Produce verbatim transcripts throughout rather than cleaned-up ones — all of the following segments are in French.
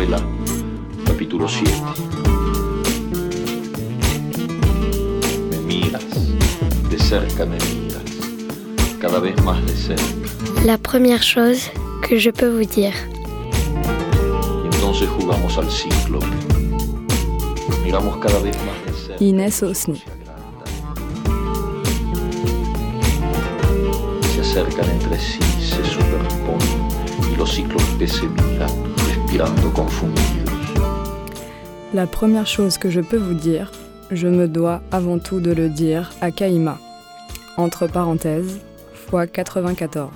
Escuela, capítulo siete. Me miras, de cerca me miras, cada vez más de cerca. La première chose que je peux vous dire. Y entonces jugamos al ciclo. Miramos cada vez más de cerca. Inès Osni. Se acercan entre sí, se superponen y los ciclos que se miran, respirando confundidos. La première chose que je peux vous dire, je me dois avant tout de le dire à Caïma, entre parenthèses, fois quatre-vingt-quatorze.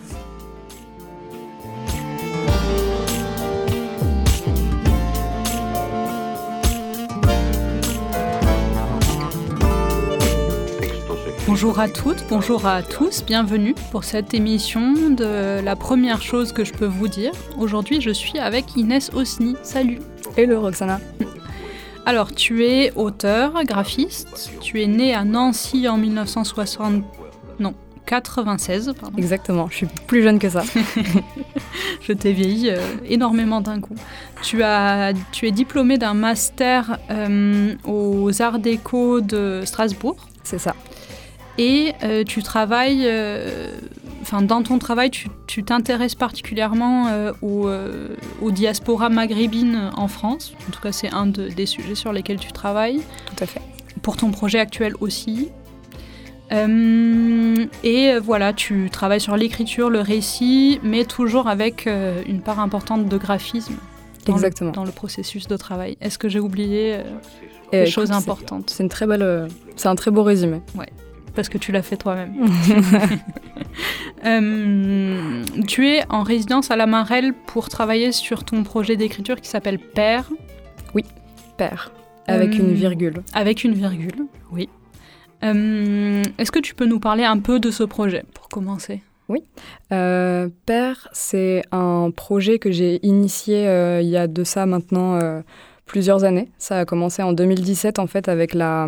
Bonjour à toutes, bonjour à tous, bienvenue pour cette émission de La première chose que je peux vous dire. Aujourd'hui, je suis avec Inès Osni. Salut. Hello Roxana. Alors, tu es auteur, graphiste, tu es née à Nancy en dix-neuf cent soixante... Non, quatre-vingt-seize, pardon. Exactement, je suis plus jeune que ça. Je t'ai vieilli euh, énormément d'un coup. Tu, as, tu es diplômée d'un master euh, aux Arts Déco de Strasbourg. C'est ça. Et euh, tu travailles, euh, enfin dans ton travail, tu, tu t'intéresses particulièrement euh, aux, euh, aux diasporas maghrébines en France. En tout cas, c'est un de, des sujets sur lesquels tu travailles. Tout à fait. Pour ton projet actuel aussi. Euh, et voilà, tu travailles sur l'écriture, le récit, mais toujours avec euh, une part importante de graphisme dans, Exactement. Le, dans le processus de travail. Est-ce que j'ai oublié euh, et des écoute, choses c'est, importantes ? C'est une très belle, euh, c'est un très beau résumé. Ouais. Parce que tu l'as fait toi-même. euh, tu es en résidence à la Marelle pour travailler sur ton projet d'écriture qui s'appelle Père. Oui, Père, avec euh, une virgule. Avec une virgule, oui. Euh, est-ce que tu peux nous parler un peu de ce projet, pour commencer ? Oui. Euh, Père, c'est un projet que j'ai initié euh, il y a de ça maintenant euh, plusieurs années. Ça a commencé en deux mille dix-sept, en fait, avec la...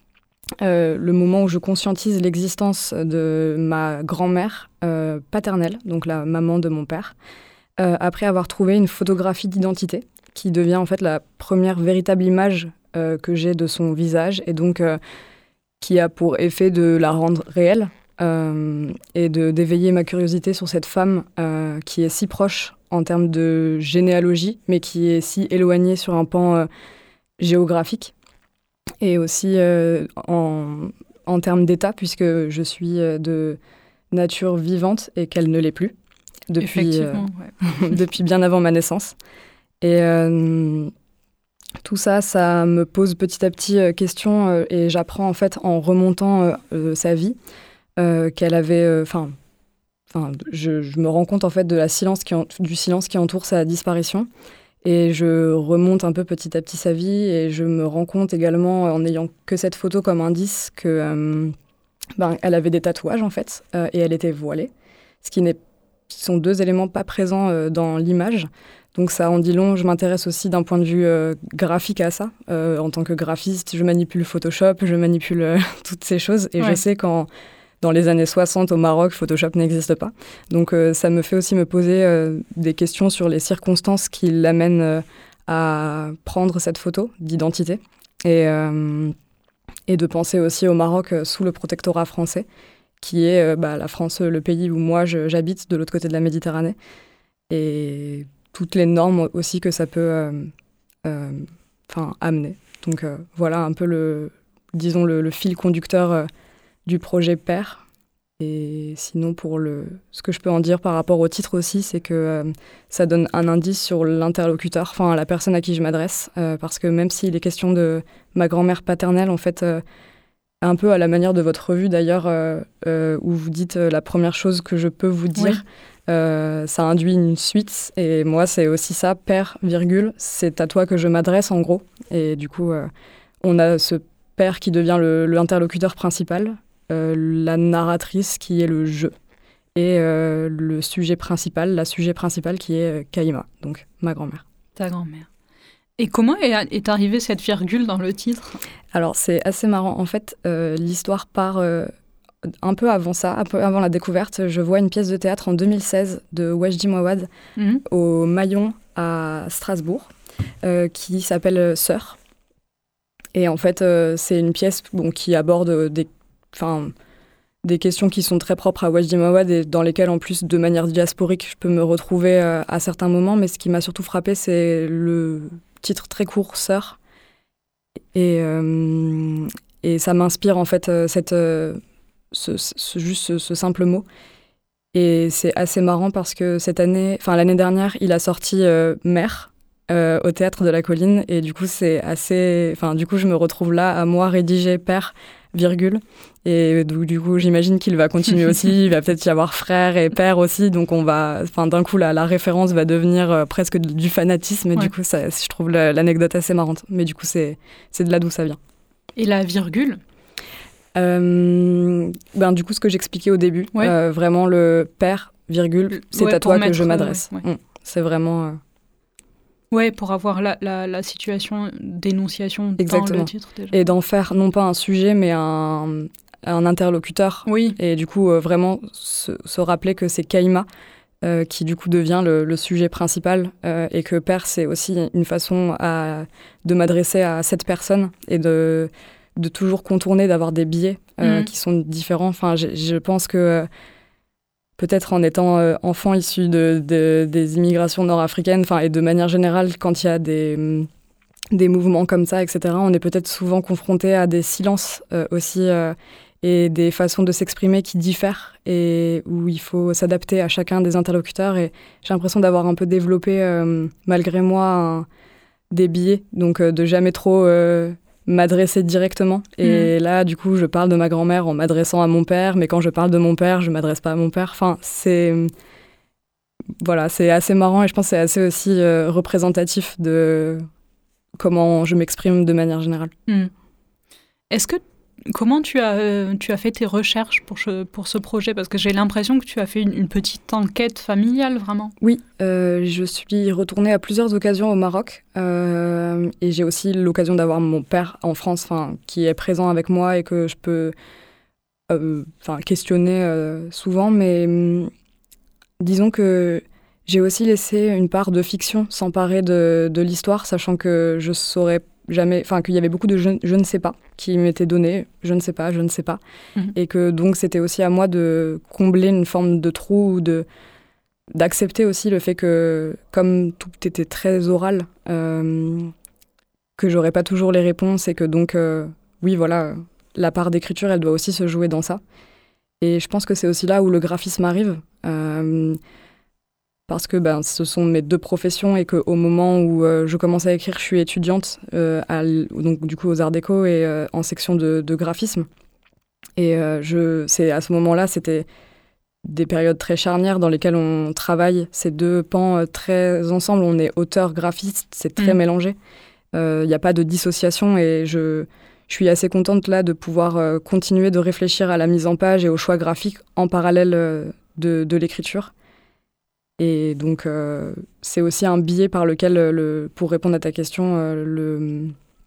Euh, le moment où je conscientise l'existence de ma grand-mère euh, paternelle, donc la maman de mon père, euh, après avoir trouvé une photographie d'identité qui devient en fait la première véritable image euh, que j'ai de son visage et donc euh, qui a pour effet de la rendre réelle euh, et de, d'éveiller ma curiosité sur cette femme euh, qui est si proche en termes de généalogie, mais qui est si éloignée sur un pan euh, géographique. Et aussi euh, en, en termes d'état, puisque je suis de nature vivante et qu'elle ne l'est plus depuis, euh, ouais. depuis bien avant ma naissance. Et euh, tout ça, ça me pose petit à petit euh, question euh, et j'apprends en fait en remontant euh, euh, sa vie euh, qu'elle avait... Enfin, euh, je, je me rends compte en fait de la silence qui en, du silence qui entoure sa disparition. Et je remonte un peu petit à petit sa vie et je me rends compte également, en n'ayant que cette photo comme indice, que euh, ben, elle avait des tatouages en fait euh, et elle était voilée, ce qui n'est, sont deux éléments pas présents euh, dans l'image. Donc ça en dit long. Je m'intéresse aussi d'un point de vue euh, graphique à ça. Euh, en tant que graphiste, je manipule Photoshop, je manipule euh, toutes ces choses et ouais. Je sais qu'en Dans les années soixante, au Maroc, Photoshop n'existe pas. Donc euh, ça me fait aussi me poser euh, des questions sur les circonstances qui l'amènent euh, à prendre cette photo d'identité. Et, euh, et de penser aussi au Maroc euh, sous le protectorat français, qui est euh, bah, la France, le pays où moi je, j'habite, de l'autre côté de la Méditerranée. Et toutes les normes aussi que ça peut euh, euh, amener. Donc euh, voilà un peu le, disons, le, le fil conducteur euh, du projet Père. Et sinon, pour le, ce que je peux en dire par rapport au titre aussi, c'est que euh, ça donne un indice sur l'interlocuteur, enfin la personne à qui je m'adresse, euh, parce que même s'il est question de ma grand-mère paternelle, en fait, euh, un peu à la manière de votre revue d'ailleurs, euh, euh, où vous dites euh, la première chose que je peux vous dire, oui. euh, ça induit une suite. Et moi, c'est aussi ça, Père, virgule, c'est à toi que je m'adresse en gros. Et du coup, euh, on a ce Père qui devient le, l'interlocuteur principal, Euh, la narratrice qui est le je et euh, le sujet principal, la sujet principale qui est euh, Caïma, donc ma grand-mère. Ta grand-mère. Et comment est, est arrivée cette virgule dans le titre ? Alors c'est assez marrant. En fait, euh, l'histoire part euh, un peu avant ça, un peu avant la découverte. Je vois une pièce de théâtre en deux mille seize de Wajdi Mouawad mm-hmm. au Maillon à Strasbourg. euh, qui s'appelle Sœur. Et en fait, euh, c'est une pièce bon, qui aborde des, des questions qui sont très propres à Wajdi Mawad et dans lesquelles, en plus, de manière diasporique, je peux me retrouver euh, à certains moments. Mais ce qui m'a surtout frappé, c'est le titre très court, Sœur. Et, euh, et ça m'inspire, en fait, euh, cette, euh, ce, ce, juste ce, ce simple mot. Et c'est assez marrant parce que cette année, enfin l'année dernière, il a sorti euh, Mère euh, au Théâtre de la Colline. Et du coup, c'est assez... Enfin, du coup, je me retrouve là à moi rédiger Père, virgule. Et du, du coup, j'imagine qu'il va continuer aussi. Il va peut-être y avoir Frère et Père aussi. Donc, on va... Enfin, d'un coup, la, la référence va devenir euh, presque du fanatisme. Et ouais. Du coup, ça, je trouve la, l'anecdote assez marrante. Mais du coup, c'est, c'est de là d'où ça vient. Et la virgule euh, ben, du coup, ce que j'expliquais au début, ouais. euh, vraiment le Père, virgule, c'est ouais, à toi que je m'adresse. Euh, ouais. mmh, c'est vraiment... Euh... Ouais, pour avoir la, la, la situation d'énonciation Exactement. Dans le titre déjà. Et d'en faire non pas un sujet, mais un, un interlocuteur. Oui. Et du coup, euh, vraiment se, se rappeler que c'est Kaïma euh, qui du coup devient le, le sujet principal euh, et que Père, c'est aussi une façon à, de m'adresser à cette personne et de, de toujours contourner, d'avoir des biais euh, mmh. qui sont différents. Enfin, je, je pense que... Euh, peut-être en étant euh, enfant issu de, de, des immigrations nord-africaines, et de manière générale, quand il y a des, des mouvements comme ça, et cetera, on est peut-être souvent confronté à des silences euh, aussi euh, et des façons de s'exprimer qui diffèrent et où il faut s'adapter à chacun des interlocuteurs. Et j'ai l'impression d'avoir un peu développé, euh, malgré moi, un, des biais, donc euh, de jamais trop... Euh, m'adresser directement. Et mmh. là, du coup, je parle de ma grand-mère en m'adressant à mon père, mais quand je parle de mon père, je ne m'adresse pas à mon père. Enfin, c'est... Voilà, c'est assez marrant et je pense que c'est assez aussi euh, représentatif de comment je m'exprime de manière générale. Mmh. Est-ce que... Comment tu as, euh, tu as fait tes recherches pour ce, pour ce projet ? Parce que j'ai l'impression que tu as fait une, une petite enquête familiale, vraiment. Oui, euh, je suis retournée à plusieurs occasions au Maroc. Euh, et j'ai aussi l'occasion d'avoir mon père en France, qui est présent avec moi et que je peux euh, questionner euh, souvent. Mais hum, disons que j'ai aussi laissé une part de fiction s'emparer de, de l'histoire, sachant que je saurais jamais, enfin qu'il y avait beaucoup de je, je ne sais pas qui m'étaient donnés, je ne sais pas, je ne sais pas, mmh. et que donc c'était aussi à moi de combler une forme de trou ou de d'accepter aussi le fait que comme tout était très oral, euh, que j'aurais pas toujours les réponses et que donc euh, oui voilà, la part d'écriture elle doit aussi se jouer dans ça. Et je pense que c'est aussi là où le graphisme arrive. Euh, parce que ben, ce sont mes deux professions et qu'au moment où euh, je commence à écrire, je suis étudiante euh, à, donc, du coup, aux Arts Déco et euh, en section de, de graphisme. Et euh, je, c'est, à ce moment-là, c'était des périodes très charnières dans lesquelles on travaille ces deux pans euh, très ensemble. On est auteur, graphiste, c'est très mmh. mélangé. Il euh, n'y a pas de dissociation et je, je suis assez contente là de pouvoir euh, continuer de réfléchir à la mise en page et au choix graphique en parallèle euh, de, de l'écriture. Et donc, euh, c'est aussi un biais par lequel, le, pour répondre à ta question, euh, le,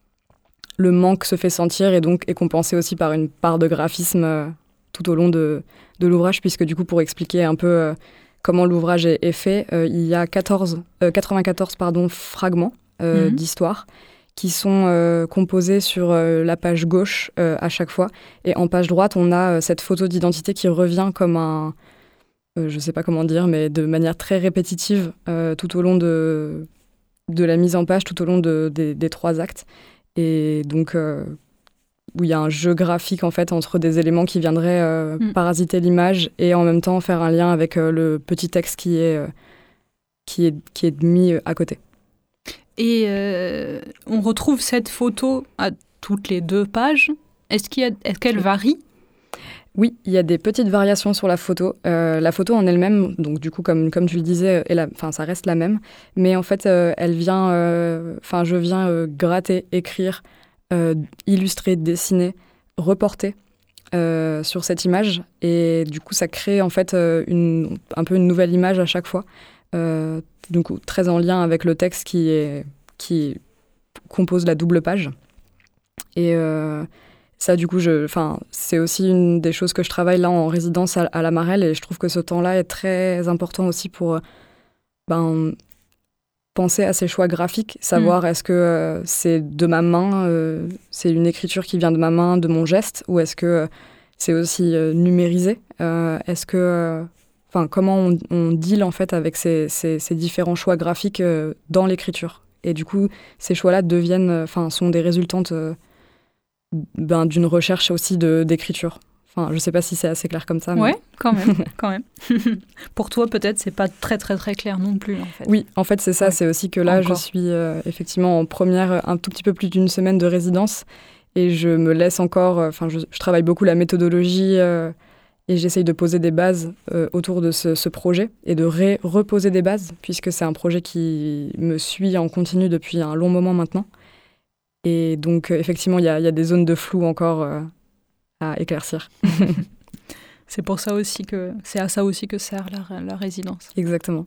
le manque se fait sentir et donc est compensé aussi par une part de graphisme euh, tout au long de, de l'ouvrage, puisque du coup, pour expliquer un peu euh, comment l'ouvrage est, est fait, euh, il y a quatorze, euh, quatre-vingt-quatorze pardon, fragments euh, mmh. d'histoire qui sont euh, composés sur euh, la page gauche euh, à chaque fois. Et en page droite, on a euh, cette photo d'identité qui revient comme un... Euh, je ne sais pas comment dire, mais de manière très répétitive euh, tout au long de, de la mise en page, tout au long de, de, des trois actes. Et donc, euh, où il y a un jeu graphique en fait, entre des éléments qui viendraient euh, mm. parasiter l'image et en même temps faire un lien avec euh, le petit texte qui est, euh, qui est, qui est mis à côté. Et euh, on retrouve cette photo à toutes les deux pages. Est-ce, qu'il y a, est-ce qu'elle varie ? Oui, il y a des petites variations sur la photo. Euh, la photo en elle-même, donc du coup, comme, comme tu le disais, est la, ça reste la même. Mais en fait, euh, elle vient, euh, je viens euh, gratter, écrire, euh, illustrer, dessiner, reporter euh, sur cette image. Et du coup, ça crée en fait euh, une, un peu une nouvelle image à chaque fois. Euh, donc très en lien avec le texte qui, est, qui compose la double page. Et... Euh, Ça, du coup, je, c'est aussi une des choses que je travaille là en résidence à, à la Marelle et je trouve que ce temps-là est très important aussi pour ben, penser à ces choix graphiques, savoir mmh. est-ce que euh, c'est de ma main, euh, c'est une écriture qui vient de ma main, de mon geste, ou est-ce que euh, c'est aussi euh, numérisé, euh, est-ce que, enfin, euh, comment on, on deal en fait avec ces, ces, ces différents choix graphiques euh, dans l'écriture. Et du coup, ces choix-là deviennent, enfin, sont des résultantes euh, ben, d'une recherche aussi de, d'écriture. Enfin, je ne sais pas si c'est assez clair comme ça. Mais... Ouais, quand même, quand même. Pour toi, peut-être, c'est pas très, très, très clair non plus, en fait. Oui, en fait, c'est ça. Ouais. C'est aussi que là, Encore. je suis euh, effectivement en première, un tout petit peu plus d'une semaine de résidence, et je me laisse encore. Enfin, euh, je, je travaille beaucoup la méthodologie euh, et j'essaye de poser des bases euh, autour de ce, ce projet et de ré- reposer des bases, puisque c'est un projet qui me suit en continu depuis un long moment maintenant. Et donc, euh, effectivement, il y, y a des zones de flou encore. Euh, à éclaircir. C'est pour ça aussi que c'est à ça aussi que sert la, la résidence. Exactement.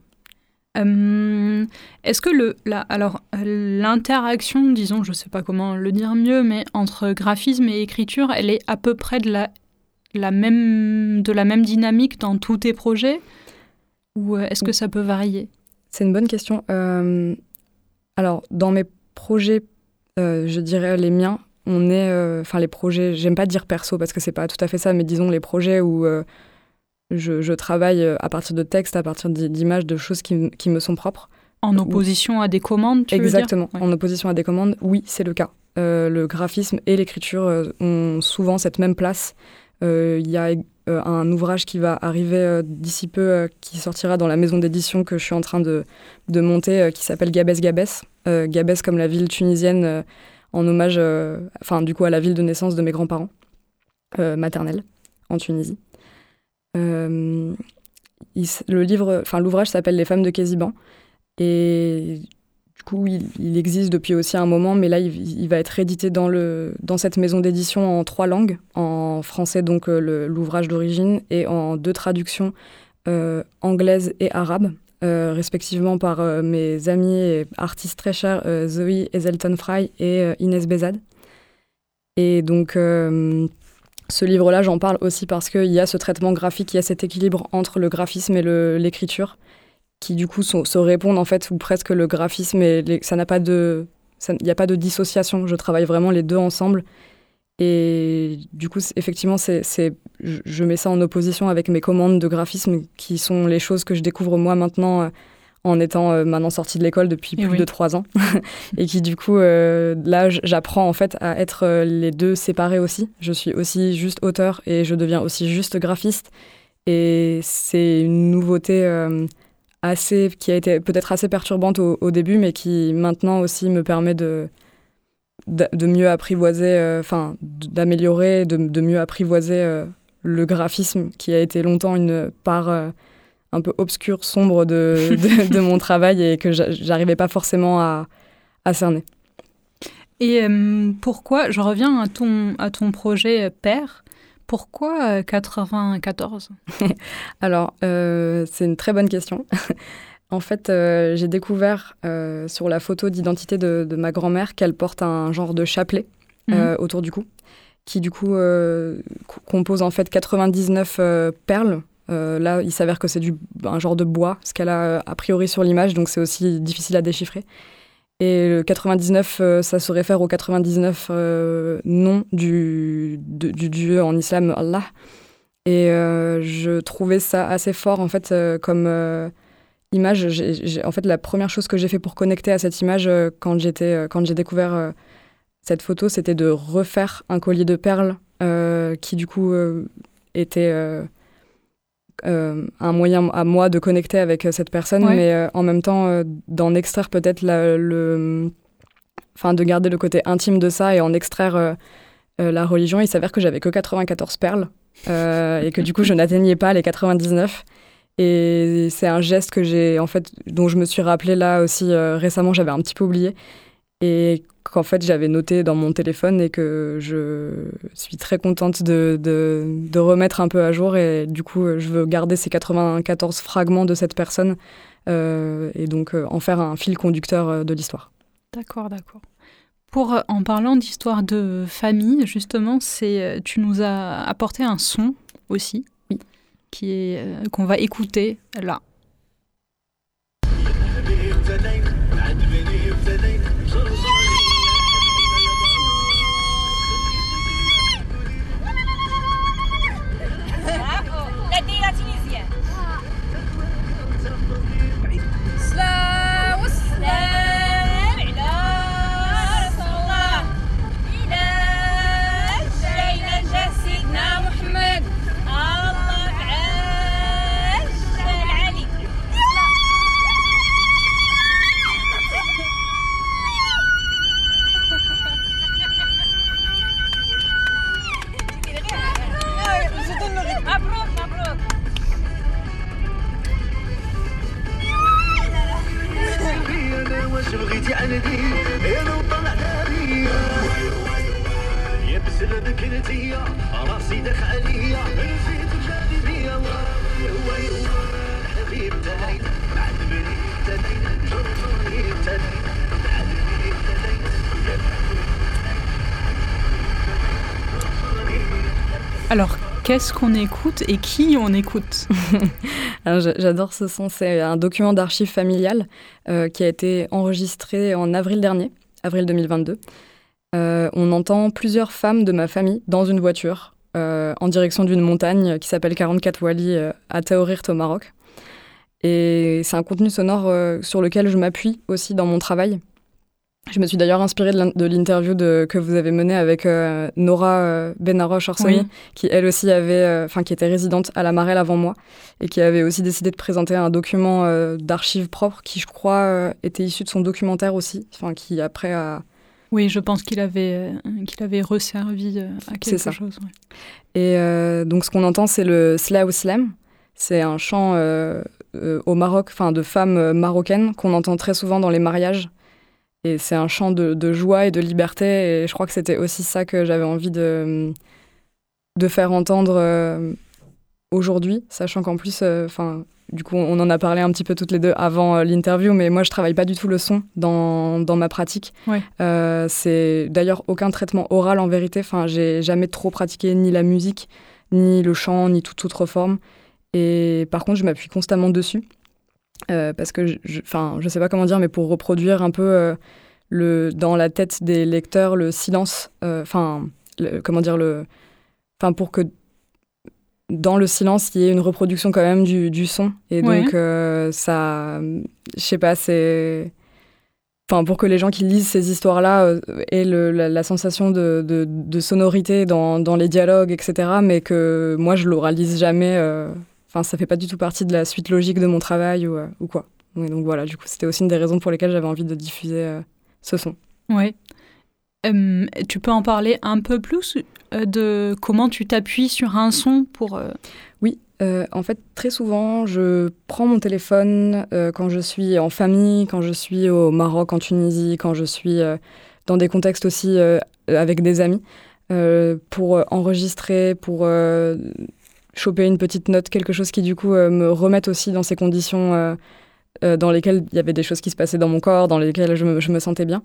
Euh, est-ce que le la, alors l'interaction, disons, je sais pas comment le dire mieux, mais entre graphisme et écriture, elle est à peu près de la la même de la même dynamique dans tous tes projets, ou est-ce que ça peut varier? C'est une bonne question. Euh, alors dans mes projets, euh, je dirais les miens. On est, enfin euh, les projets, j'aime pas dire perso parce que c'est pas tout à fait ça, mais disons les projets où euh, je, je travaille à partir de textes, à partir d'images, de choses qui, qui me sont propres. En opposition où... à des commandes, tu Exactement, veux dire? En ouais. opposition à des commandes, oui, c'est le cas. Euh, le graphisme et l'écriture euh, ont souvent cette même place. Il euh, y a euh, un ouvrage qui va arriver euh, d'ici peu, euh, qui sortira dans la maison d'édition que je suis en train de, de monter, euh, qui s'appelle Gabès Gabès. Euh, Gabès comme la ville tunisienne, euh, en hommage euh, enfin, du coup, à la ville de naissance de mes grands-parents euh, maternels en Tunisie. Euh, il, le livre, enfin, l'ouvrage s'appelle Les femmes de Kéziban et du coup il, il existe depuis aussi un moment, mais là il, il va être réédité dans, le, dans cette maison d'édition en trois langues, en français donc euh, le, l'ouvrage d'origine et en deux traductions euh, anglaises et arabes. Euh, respectivement par euh, mes amis et artistes très chers, euh, Zoé Ezelton-Fry et euh, Inès Bézade. Et donc, euh, ce livre-là, j'en parle aussi parce qu'il y a ce traitement graphique, il y a cet équilibre entre le graphisme et le, l'écriture, qui du coup sont, se répondent en fait, ou presque le graphisme, et les, ça n'a pas de... Il n'y a pas de dissociation, je travaille vraiment les deux ensemble. Et du coup, c'est, effectivement, c'est, c'est, je, je mets ça en opposition avec mes commandes de graphisme, qui sont les choses que je découvre moi maintenant, euh, en étant euh, maintenant sortie de l'école depuis et plus oui. de trois ans. Et qui, du coup, euh, là, j'apprends en fait à être euh, les deux séparés aussi. Je suis aussi juste auteur et je deviens aussi juste graphiste. Et c'est une nouveauté euh, assez, qui a été peut-être assez perturbante au, au début, mais qui maintenant aussi me permet de... de mieux apprivoiser, enfin, euh, d'améliorer, de, de mieux apprivoiser euh, le graphisme qui a été longtemps une part euh, un peu obscure, sombre de, de, de mon travail et que j'arrivais pas forcément à, à cerner. Et euh, pourquoi, je reviens à ton, à ton projet Père, pourquoi quatre-vingt-quatorze? Alors, euh, c'est une très bonne question. En fait, euh, j'ai découvert euh, sur la photo d'identité de, de ma grand-mère qu'elle porte un genre de chapelet euh, mmh. autour du cou, qui du coup euh, co- compose en fait quatre-vingt-dix-neuf euh, perles. Euh, là, il s'avère que c'est du, un genre de bois, ce qu'elle a a priori sur l'image, donc c'est aussi difficile à déchiffrer. Et le quatre-vingt-dix-neuf, euh, ça se réfère aux quatre-vingt-dix-neuf euh, noms du, de, du dieu en islam, Allah. Et euh, je trouvais ça assez fort en fait euh, comme... Euh, image, j'ai, j'ai, en fait, la première chose que j'ai fait pour connecter à cette image euh, quand, j'étais, euh, quand j'ai découvert euh, cette photo, c'était de refaire un collier de perles euh, qui, du coup, euh, était euh, euh, un moyen à moi de connecter avec euh, cette personne, ouais. mais euh, en même temps, euh, d'en extraire peut-être la, le... Enfin, de garder le côté intime de ça et en extraire euh, euh, la religion. Il s'avère que j'avais que quatre-vingt-quatorze perles euh, et que, du coup, je n'atteignais pas les quatre-vingt-dix-neuf. Et c'est un geste que j'ai, en fait, dont je me suis rappelée là aussi euh, récemment, j'avais un petit peu oublié. Et qu'en fait, j'avais noté dans mon téléphone et que je suis très contente de, de, de remettre un peu à jour. Et du coup, je veux garder ces quatre-vingt-quatorze fragments de cette personne euh, et donc euh, en faire un fil conducteur de l'histoire. D'accord, d'accord. Pour, en parlant d'histoire de famille, justement, c'est, tu nous as apporté un son aussi. Qui est, euh, qu'on va écouter là. Alors, qu'est-ce qu'on écoute et qui on écoute? Alors, j'adore ce son. C'est un document d'archives familiales euh, qui a été enregistré en avril dernier, avril deux mille vingt-deux. Euh, on entend plusieurs femmes de ma famille dans une voiture euh, en direction d'une montagne qui s'appelle quarante-quatre Wali euh, à Taourirt au Maroc. Et c'est un contenu sonore euh, sur lequel je m'appuie aussi dans mon travail. Je me suis d'ailleurs inspirée de, de l'interview de, que vous avez menée avec euh, Nora euh, Benaroche-Orsoni, oui. qui elle aussi avait, enfin euh, qui était résidente à la Marelle avant moi, et qui avait aussi décidé de présenter un document euh, d'archives propres qui, je crois, euh, était issu de son documentaire aussi, enfin qui après a... Oui, je pense qu'il avait, euh, qu'il avait resservi euh, à quelque c'est ça. chose. Ouais. Et euh, donc ce qu'on entend, c'est le Slaou Slam. C'est un chant euh, euh, au Maroc, enfin de femmes marocaines qu'on entend très souvent dans les mariages. Et c'est un chant de, de joie et de liberté. Et je crois que c'était aussi ça que j'avais envie de, de faire entendre euh, aujourd'hui, sachant qu'en plus, enfin, euh, du coup, on en a parlé un petit peu toutes les deux avant euh, l'interview, mais moi, je travaille pas du tout le son dans, dans ma pratique. Ouais. Euh, c'est d'ailleurs aucun traitement oral en vérité. Enfin, j'ai jamais trop pratiqué ni la musique, ni le chant, ni toute autre forme. Et par contre, je m'appuie constamment dessus. Euh, parce que, je, enfin, je sais pas comment dire, mais pour reproduire un peu euh, le, dans la tête des lecteurs le silence, enfin, euh, comment dire, le, enfin, pour que dans le silence, il y ait une reproduction quand même du, du son. Et ouais. donc, euh, ça, je sais pas, c'est, enfin, pour que les gens qui lisent ces histoires-là euh, aient le, la, la sensation de, de, de sonorité dans, dans les dialogues, et cetera, mais que moi, je l'oralise jamais. Euh, Enfin, ça fait pas du tout partie de la suite logique de mon travail ou, euh, ou quoi. Et donc voilà, du coup, c'était aussi une des raisons pour lesquelles j'avais envie de diffuser euh, ce son. Ouais. Euh, tu peux en parler un peu plus euh, de comment tu t'appuies sur un son pour... Euh... Oui, euh, en fait, très souvent, je prends mon téléphone euh, quand je suis en famille, quand je suis au Maroc, en Tunisie, quand je suis euh, dans des contextes aussi euh, avec des amis, euh, pour enregistrer, pour... Euh, choper une petite note, quelque chose qui du coup euh, me remette aussi dans ces conditions euh, euh, dans lesquelles il y avait des choses qui se passaient dans mon corps, dans lesquelles je me, je me sentais bien.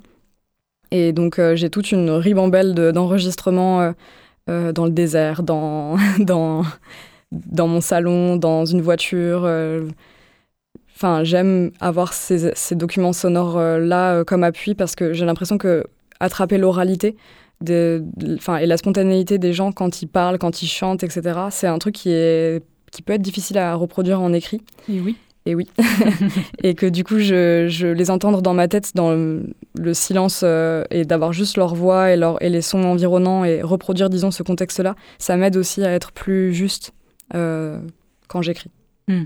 Et donc euh, j'ai toute une ribambelle de, d'enregistrements euh, euh, dans le désert, dans, dans, dans mon salon, dans une voiture. Enfin, euh, j'aime avoir ces, ces documents sonores-là euh, comme appui parce que j'ai l'impression que attraper l'oralité, De, de, et la spontanéité des gens quand ils parlent, quand ils chantent, et cetera, c'est un truc qui, est, qui peut être difficile à reproduire en écrit. Et oui. Et oui. Et que du coup, je, je les entendre dans ma tête, dans le, le silence, euh, et d'avoir juste leur voix et, leur, et les sons environnants et reproduire, disons, ce contexte-là, ça m'aide aussi à être plus juste euh, quand j'écris. Mm.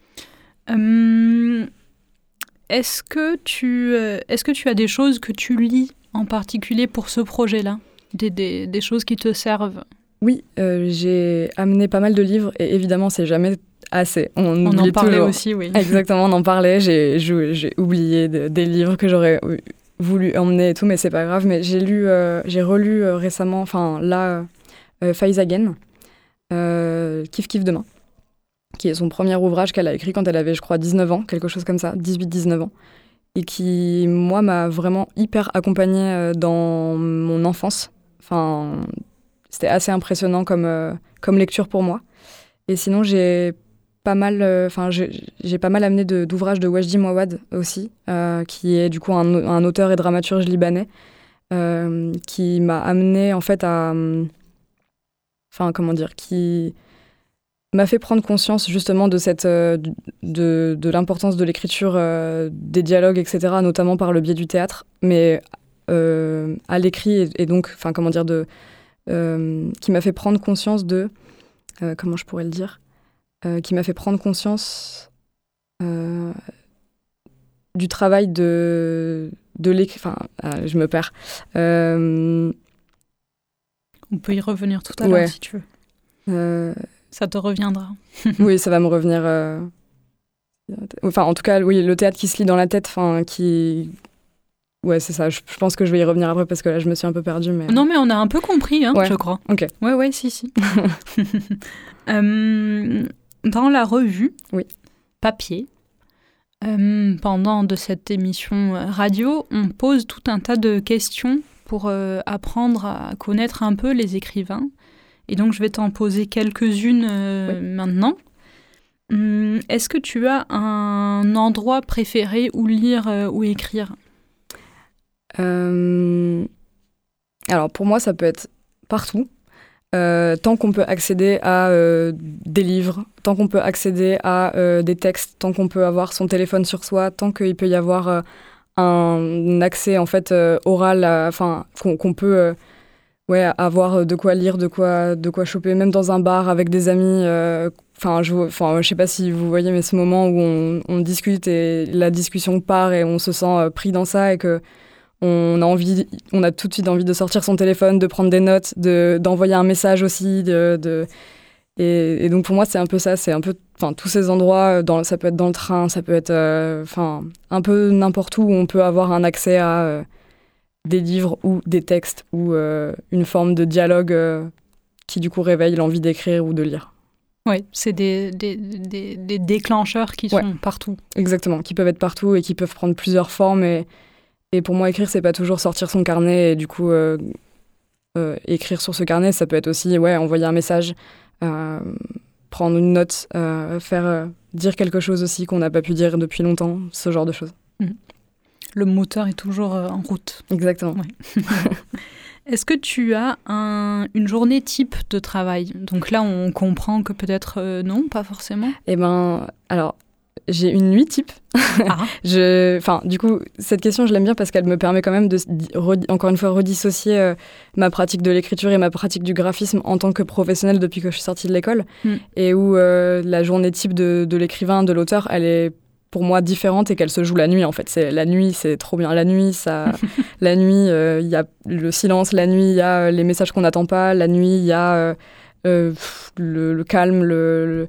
Um, est-ce que tu, euh, est-ce que tu as des choses que tu lis en particulier pour ce projet-là, des, des, des choses qui te servent? Oui, euh, j'ai amené pas mal de livres et évidemment, c'est jamais assez. On, on en parlait toujours. Aussi, oui. Exactement, on en parlait. J'ai, j'ai, j'ai oublié de, des livres que j'aurais voulu emmener et tout, mais c'est pas grave. Mais j'ai lu, euh, j'ai relu euh, récemment, enfin là, euh, Faiza Again, euh, Kiff Kiff Demain, qui est son premier ouvrage qu'elle a écrit quand elle avait, je crois, dix-neuf ans, quelque chose comme ça, dix-huit dix-neuf ans. Et qui, moi, m'a vraiment hyper accompagnée dans mon enfance. Enfin, c'était assez impressionnant comme, euh, comme lecture pour moi. Et sinon, j'ai pas mal, enfin, euh, j'ai, j'ai pas mal amené de, d'ouvrages de Wajdi Mouawad aussi, euh, qui est du coup un, un auteur et dramaturge libanais, euh, qui m'a amené en fait à, enfin, comment dire, qui m'a fait prendre conscience justement de, cette, euh, de, de l'importance de l'écriture, euh, des dialogues, et cetera, notamment par le biais du théâtre, mais euh, à l'écrit, et, et donc, enfin, comment dire, de, euh, qui m'a fait prendre conscience de, euh, comment je pourrais le dire, euh, qui m'a fait prendre conscience euh, du travail de, de l'écrit, enfin, euh, je me perds. Euh, On peut y revenir tout à l'heure, ouais. si tu veux. Euh, Ça te reviendra. Oui, ça va me revenir. Euh... Enfin, en tout cas, oui, le théâtre qui se lit dans la tête, enfin, qui... Ouais, c'est ça. Je, je pense que je vais y revenir après parce que là, je me suis un peu perdue. Mais... Non, mais on a un peu compris, hein, ouais. je crois. Ok. Ouais, ouais, si, si. euh, dans la revue, oui. Papier, euh, pendant de cette émission radio, on pose tout un tas de questions pour euh, apprendre à connaître un peu les écrivains. Et donc, je vais t'en poser quelques-unes euh, oui. maintenant. Hum, est-ce que tu as un endroit préféré où lire euh, ou écrire ? euh... Alors, pour moi, ça peut être partout. Euh, tant qu'on peut accéder à euh, des livres, tant qu'on peut accéder à euh, des textes, tant qu'on peut avoir son téléphone sur soi, tant qu'il peut y avoir euh, un accès en fait euh, oral, enfin qu'on, qu'on peut euh, ouais avoir de quoi lire, de quoi de quoi choper, même dans un bar avec des amis. Enfin, euh, je enfin je sais pas si vous voyez, mais ce moment où on, on discute et la discussion part et on se sent euh, pris dans ça et que On a, envie, on a tout de suite envie de sortir son téléphone, de prendre des notes, de, d'envoyer un message aussi. De, de... Et, et donc pour moi, c'est un peu ça. C'est un peu tous ces endroits, dans, ça peut être dans le train, ça peut être euh, un peu n'importe où où on peut avoir un accès à euh, des livres ou des textes ou euh, une forme de dialogue euh, qui du coup réveille l'envie d'écrire ou de lire. Oui, c'est des, des, des, des déclencheurs qui ouais. sont partout. Exactement, qui peuvent être partout et qui peuvent prendre plusieurs formes. Et, Et pour moi, écrire, c'est pas toujours sortir son carnet et du coup, euh, euh, écrire sur ce carnet, ça peut être aussi ouais, envoyer un message, euh, prendre une note, euh, faire euh, dire quelque chose aussi qu'on n'a pas pu dire depuis longtemps, ce genre de choses. Mmh. Le moteur est toujours euh, en route. Exactement. Ouais. Est-ce que tu as un, une journée type de travail ? Donc là, on comprend que peut-être euh, non, pas forcément. Eh ben, alors... J'ai une nuit type. Ah. je, enfin, du coup, cette question, je l'aime bien parce qu'elle me permet quand même de, re, encore une fois, redissocier euh, ma pratique de l'écriture et ma pratique du graphisme en tant que professionnelle depuis que je suis sortie de l'école. Mm. Et où euh, la journée type de, de l'écrivain, de l'auteur, elle est pour moi différente et qu'elle se joue la nuit, en fait. C'est, la nuit, c'est trop bien. La nuit, ça, la nuit, il euh, y a le silence. La nuit, il y a les messages qu'on n'attend pas. La nuit, il y a euh, euh, le, le calme, le... le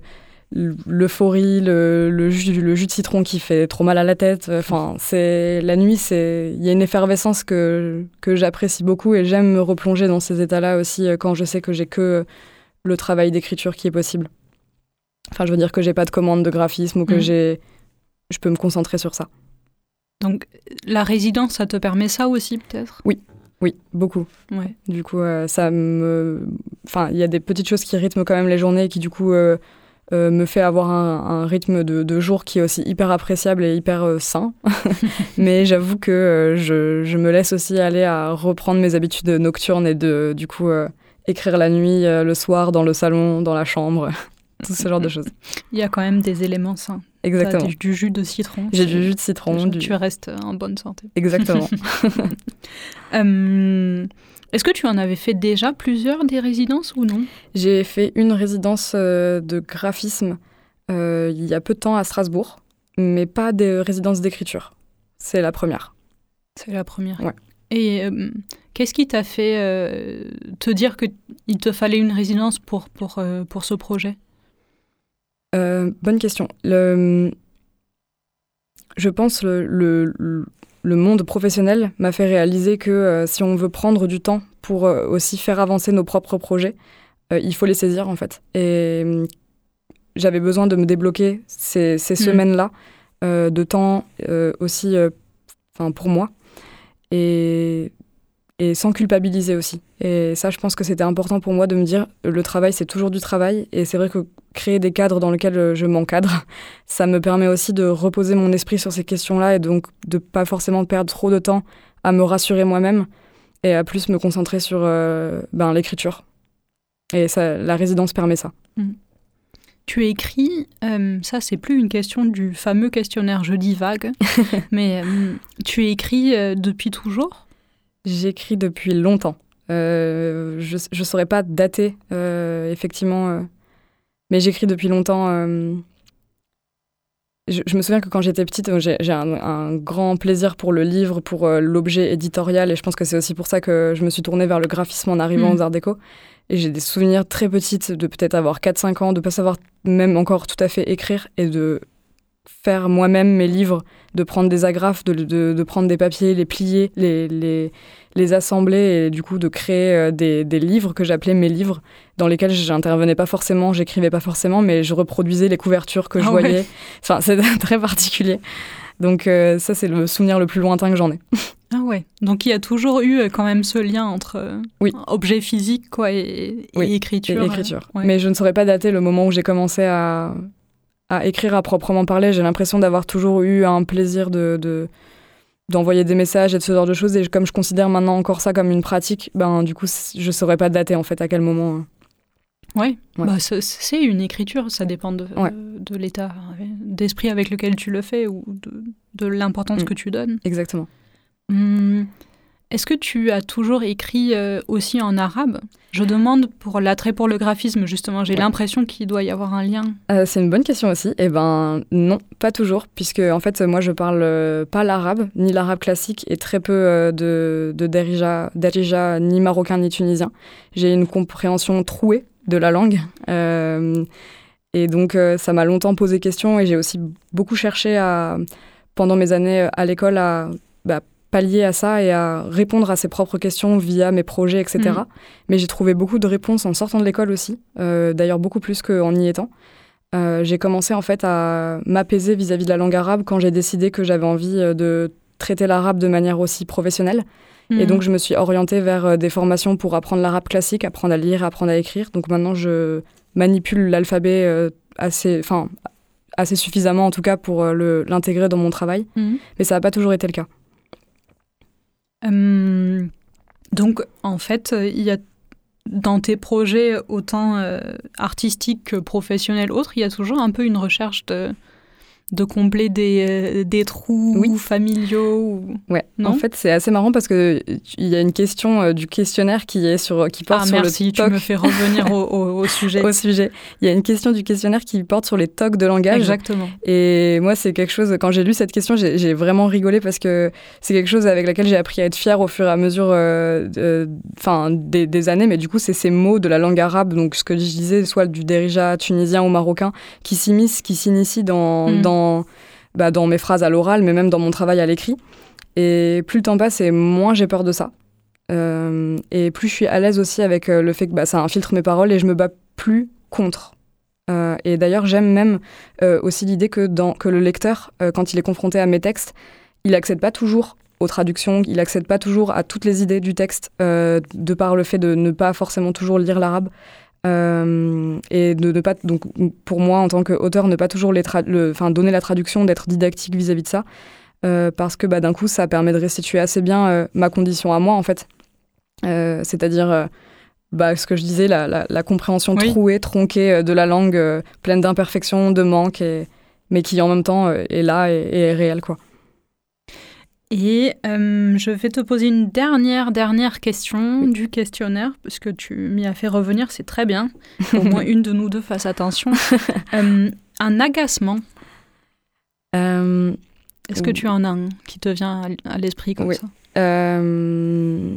l'euphorie, le, le, jus, le jus de citron qui fait trop mal à la tête. Enfin, c'est, la nuit, c'est, il y a une effervescence que, que j'apprécie beaucoup et j'aime me replonger dans ces états-là aussi quand je sais que j'ai que le travail d'écriture qui est possible. Enfin, je veux dire que j'ai pas de commande de graphisme ou que mmh. j'ai, je peux me concentrer sur ça. Donc, la résidence, ça te permet ça aussi, peut-être ? Oui. Oui, beaucoup. Ouais. Du coup, euh, ça me... Enfin, il y a des petites choses qui rythment quand même les journées et qui, du coup... Euh, Euh, me fait avoir un, un rythme de, de jour qui est aussi hyper appréciable et hyper euh, sain. Mais j'avoue que euh, je, je me laisse aussi aller à reprendre mes habitudes nocturnes et de, du coup, euh, écrire la nuit, euh, le soir, dans le salon, dans la chambre, tout ce genre de choses. Il y a quand même des éléments sains. Exactement. Du, du jus de citron. J'ai du jus de citron. Du... Tu restes en bonne santé. Exactement. euh... Est-ce que tu en avais fait déjà plusieurs des résidences ou non ? J'ai fait une résidence euh, de graphisme euh, il y a peu de temps à Strasbourg, mais pas des résidences d'écriture. C'est la première. C'est la première. Ouais. Et euh, qu'est-ce qui t'a fait euh, te dire qu'il te fallait une résidence pour, pour, euh, pour ce projet ? euh, Bonne question. Le, je pense le... le, le Le monde professionnel m'a fait réaliser que euh, si on veut prendre du temps pour euh, aussi faire avancer nos propres projets, euh, il faut les saisir en fait. Et euh, j'avais besoin de me débloquer ces, ces mmh. semaines-là euh, de temps euh, aussi euh, pour moi et, et sans culpabiliser aussi. Et ça, je pense que c'était important pour moi de me dire le travail, c'est toujours du travail. Et c'est vrai que créer des cadres dans lesquels je m'encadre, ça me permet aussi de reposer mon esprit sur ces questions-là et donc de pas forcément perdre trop de temps à me rassurer moi-même et à plus me concentrer sur euh, ben, l'écriture. Et ça, la résidence permet ça. Mmh. Tu écris, euh, ça c'est plus une question du fameux questionnaire Je divague, mais euh, tu écris euh, depuis toujours ? J'écris depuis longtemps. Euh, je ne saurais pas dater, euh, effectivement, euh, mais j'écris depuis longtemps. Euh, je, je me souviens que quand j'étais petite, j'ai, j'ai un, un grand plaisir pour le livre, pour euh, l'objet éditorial, et je pense que c'est aussi pour ça que je me suis tournée vers le graphisme en arrivant mmh. aux Arts Déco. Et j'ai des souvenirs très petites de peut-être avoir quatre cinq ans, de ne pas savoir même encore tout à fait écrire, et de faire moi-même mes livres, de prendre des agrafes, de, de, de prendre des papiers, les plier, les, les, les assembler et du coup de créer euh, des, des livres que j'appelais mes livres, dans lesquels j'intervenais pas forcément, j'écrivais pas forcément, mais je reproduisais les couvertures que je ah voyais. Ouais. Enfin, c'est très particulier. Donc euh, ça, c'est le souvenir le plus lointain que j'en ai. Ah ouais, donc il y a toujours eu quand même ce lien entre euh, oui. objet physique quoi, et, et oui. écriture. Et écriture. Euh, ouais. Mais je ne saurais pas dater le moment où j'ai commencé à, à écrire à proprement parler. J'ai l'impression d'avoir toujours eu un plaisir de, de, d'envoyer des messages et de ce genre de choses. Et comme je considère maintenant encore ça comme une pratique, ben, du coup, je ne saurais pas dater en fait à quel moment. Ouais, ouais. Bah, c'est, c'est une écriture, ça dépend de, ouais. euh, de l'état d'esprit avec lequel tu le fais ou de, de l'importance mmh. que tu donnes. Exactement. Hum, est-ce que tu as toujours écrit euh, aussi en arabe ? Je demande pour l'attrait pour le graphisme, justement. J'ai ouais. l'impression qu'il doit y avoir un lien. Euh, c'est une bonne question aussi. Eh ben non, pas toujours, puisque en fait, moi, je parle euh, pas l'arabe, ni l'arabe classique, et très peu euh, de, de Darija, Darija, ni marocain, ni tunisien. J'ai une compréhension trouée de la langue. Euh, et donc, euh, ça m'a longtemps posé question, et j'ai aussi beaucoup cherché à, pendant mes années à l'école à... Bah, pallier à ça et à répondre à ses propres questions via mes projets, et cetera. Mmh. Mais j'ai trouvé beaucoup de réponses en sortant de l'école aussi, euh, d'ailleurs beaucoup plus qu'en y étant. Euh, j'ai commencé en fait à m'apaiser vis-à-vis de la langue arabe quand j'ai décidé que j'avais envie de traiter l'arabe de manière aussi professionnelle. Mmh. Et donc je me suis orientée vers des formations pour apprendre l'arabe classique, apprendre à lire, apprendre à écrire. Donc maintenant je manipule l'alphabet euh, assez, enfin, assez suffisamment en tout cas pour euh, le, l'intégrer dans mon travail. Mmh. Mais ça n'a pas toujours été le cas. Hum, donc, en fait, il y a dans tes projets autant euh, artistiques que professionnels autres, il y a toujours un peu une recherche de, de combler des, euh, des trous oui. familiaux ou... Ouais, non en fait, c'est assez marrant parce qu'il y a une question euh, du questionnaire qui, est sur, qui porte ah, sur merci, le toc. Tu me fais revenir au, au, au sujet. Au sujet. Il y a une question du questionnaire qui porte sur les tocs de langage. Exactement. Et moi, c'est quelque chose... Quand j'ai lu cette question, j'ai, j'ai vraiment rigolé parce que c'est quelque chose avec laquelle j'ai appris à être fière au fur et à mesure euh, de, des, des années. Mais du coup, c'est ces mots de la langue arabe, donc ce que je disais, soit du Darija tunisien ou marocain, qui s'immiscent, qui s'initient dans... Mm. dans Bah, dans mes phrases à l'oral, mais même dans mon travail à l'écrit. Et plus le temps passe, et moins j'ai peur de ça. Euh, et plus je suis à l'aise aussi avec euh, le fait que bah, ça infiltre mes paroles et je me bats plus contre. Euh, et d'ailleurs, j'aime même euh, aussi l'idée que, dans, que le lecteur, euh, quand il est confronté à mes textes, il n'accède pas toujours aux traductions, il n'accède pas toujours à toutes les idées du texte, euh, de par le fait de ne pas forcément toujours lire l'arabe. Euh, et de ne pas, donc pour moi en tant qu'auteur, ne pas toujours les tra- le, donner la traduction, d'être didactique vis-à-vis de ça, euh, parce que bah, d'un coup ça permet de restituer assez bien euh, ma condition à moi en fait, euh, c'est-à-dire euh, bah, ce que je disais, la, la, la compréhension oui. trouée, tronquée euh, de la langue, euh, pleine d'imperfections, de manques, et, mais qui en même temps euh, est là et, et est réelle quoi. Et euh, je vais te poser une dernière, dernière question oui. du questionnaire, parce que tu m'y as fait revenir, c'est très bien. Au moins une de nous deux fasse attention. euh, un agacement. Euh, Est-ce que tu en as un qui te vient à l'esprit comme oui. ça euh,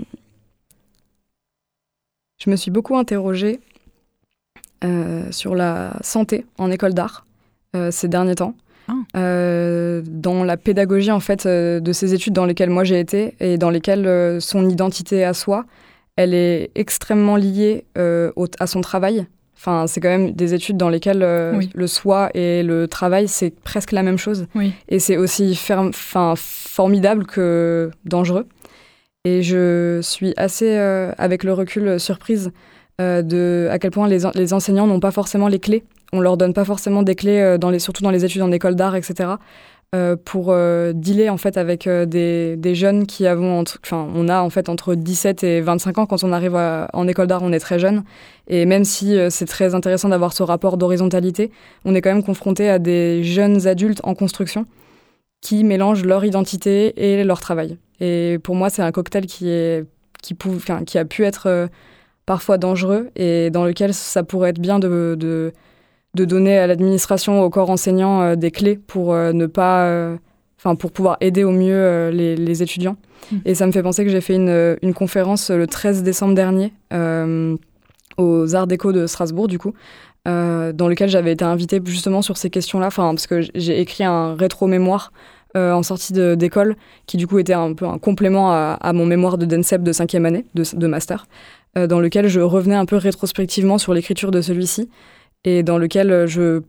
Je me suis beaucoup interrogée euh, sur la santé en école d'art euh, ces derniers temps. Ah. Euh, dans la pédagogie en fait euh, de ces études dans lesquelles moi j'ai été et dans lesquelles euh, son identité à soi, elle est extrêmement liée euh, au, à son travail. Enfin, c'est quand même des études dans lesquelles euh, oui. le soi et le travail, c'est presque la même chose. Oui. Et c'est aussi ferme, formidable que dangereux. Et je suis assez, euh, avec le recul, surprise euh, de à quel point les, les enseignants n'ont pas forcément les clés. On leur donne pas forcément des clés, dans les, surtout dans les études en école d'art, et cetera, euh, pour euh, dealer en fait avec euh, des, des jeunes qui avons, entre, enfin, on a en fait entre dix-sept et vingt-cinq ans quand on arrive à, en école d'art, on est très jeune. Et même si euh, c'est très intéressant d'avoir ce rapport d'horizontalité, on est quand même confronté à des jeunes adultes en construction qui mélangent leur identité et leur travail. Et pour moi, c'est un cocktail qui est, qui, pou, enfin, qui a pu être euh, parfois dangereux et dans lequel ça pourrait être bien de, de de donner à l'administration, au corps enseignant euh, des clés pour euh, ne pas, enfin euh, pour pouvoir aider au mieux euh, les, les étudiants. Mmh. Et ça me fait penser que j'ai fait une, une conférence le treize décembre dernier euh, aux Arts Déco de Strasbourg, du coup, euh, dans lequel j'avais été invitée justement sur ces questions-là, enfin parce que j'ai écrit un rétro-mémoire euh, en sortie de, d'école, qui du coup était un peu un complément à, à mon mémoire de DENSEP de cinquième année, de, de master, euh, dans lequel je revenais un peu rétrospectivement sur l'écriture de celui-ci, et dans lequel je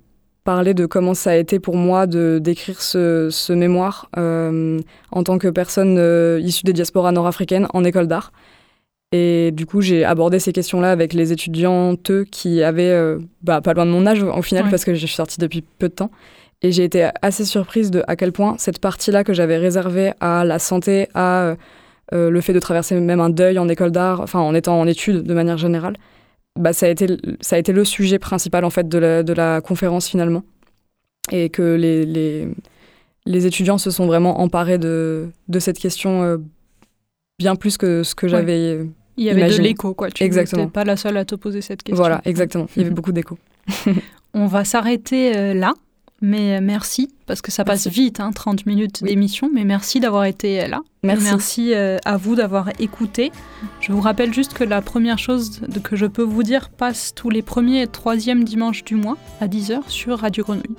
parler de comment ça a été pour moi de d'écrire ce, ce mémoire euh, en tant que personne euh, issue des diasporas nord-africaines en école d'art. Et du coup, j'ai abordé ces questions-là avec les étudiantes qui avaient euh, bah, pas loin de mon âge au final, ouais. parce que je suis sortie depuis peu de temps. Et j'ai été assez surprise de à quel point cette partie-là que j'avais réservée à la santé, à euh, le fait de traverser même un deuil en école d'art, enfin en étant en études de manière générale, bah, ça a été, ça a été le sujet principal en fait, de, la, de la conférence finalement. Et que les, les, les étudiants se sont vraiment emparés de, de cette question euh, bien plus que ce que j'avais ouais. Il y avait imaginé. De l'écho, quoi. Tu n'étais pas la seule à te poser cette question. Voilà, exactement. Il y avait beaucoup d'écho. On va s'arrêter euh, là, mais merci, parce que ça passe merci. vite, hein, trente minutes oui. d'émission, mais merci d'avoir été là. Merci. Merci euh, à vous d'avoir écouté. Je vous rappelle juste que la première chose que je peux vous dire passe tous les premiers et troisièmes dimanches du mois, à dix heures, sur Radio Grenouille.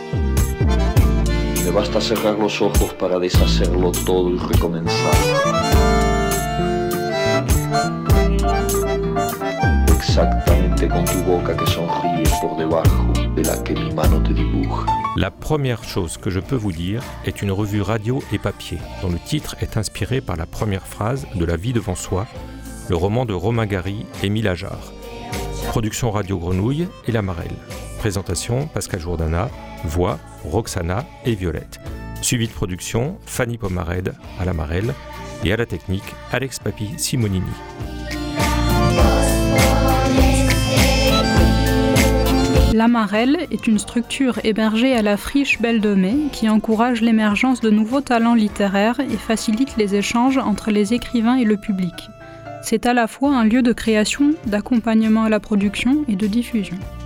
Me basta cerrar los ojos para deshacerlo todo y recomenzar. Exactamente con tu boca que sonríe por debajo de la que mi mano te dibuja. La première chose que je peux vous dire est une revue radio et papier, dont le titre est inspiré par la première phrase de La vie devant soi, le roman de Romain Gary et Émile Ajar. Production Radio Grenouille et La Marelle. Présentation Pascal Jourdana, voix Roxana et Violette. Suivi de production Fanny Pomarède à La Marelle et à la technique Alex Papi Simonini. La Marelle est une structure hébergée à la Friche Belle de Mai qui encourage l'émergence de nouveaux talents littéraires et facilite les échanges entre les écrivains et le public. C'est à la fois un lieu de création, d'accompagnement à la production et de diffusion.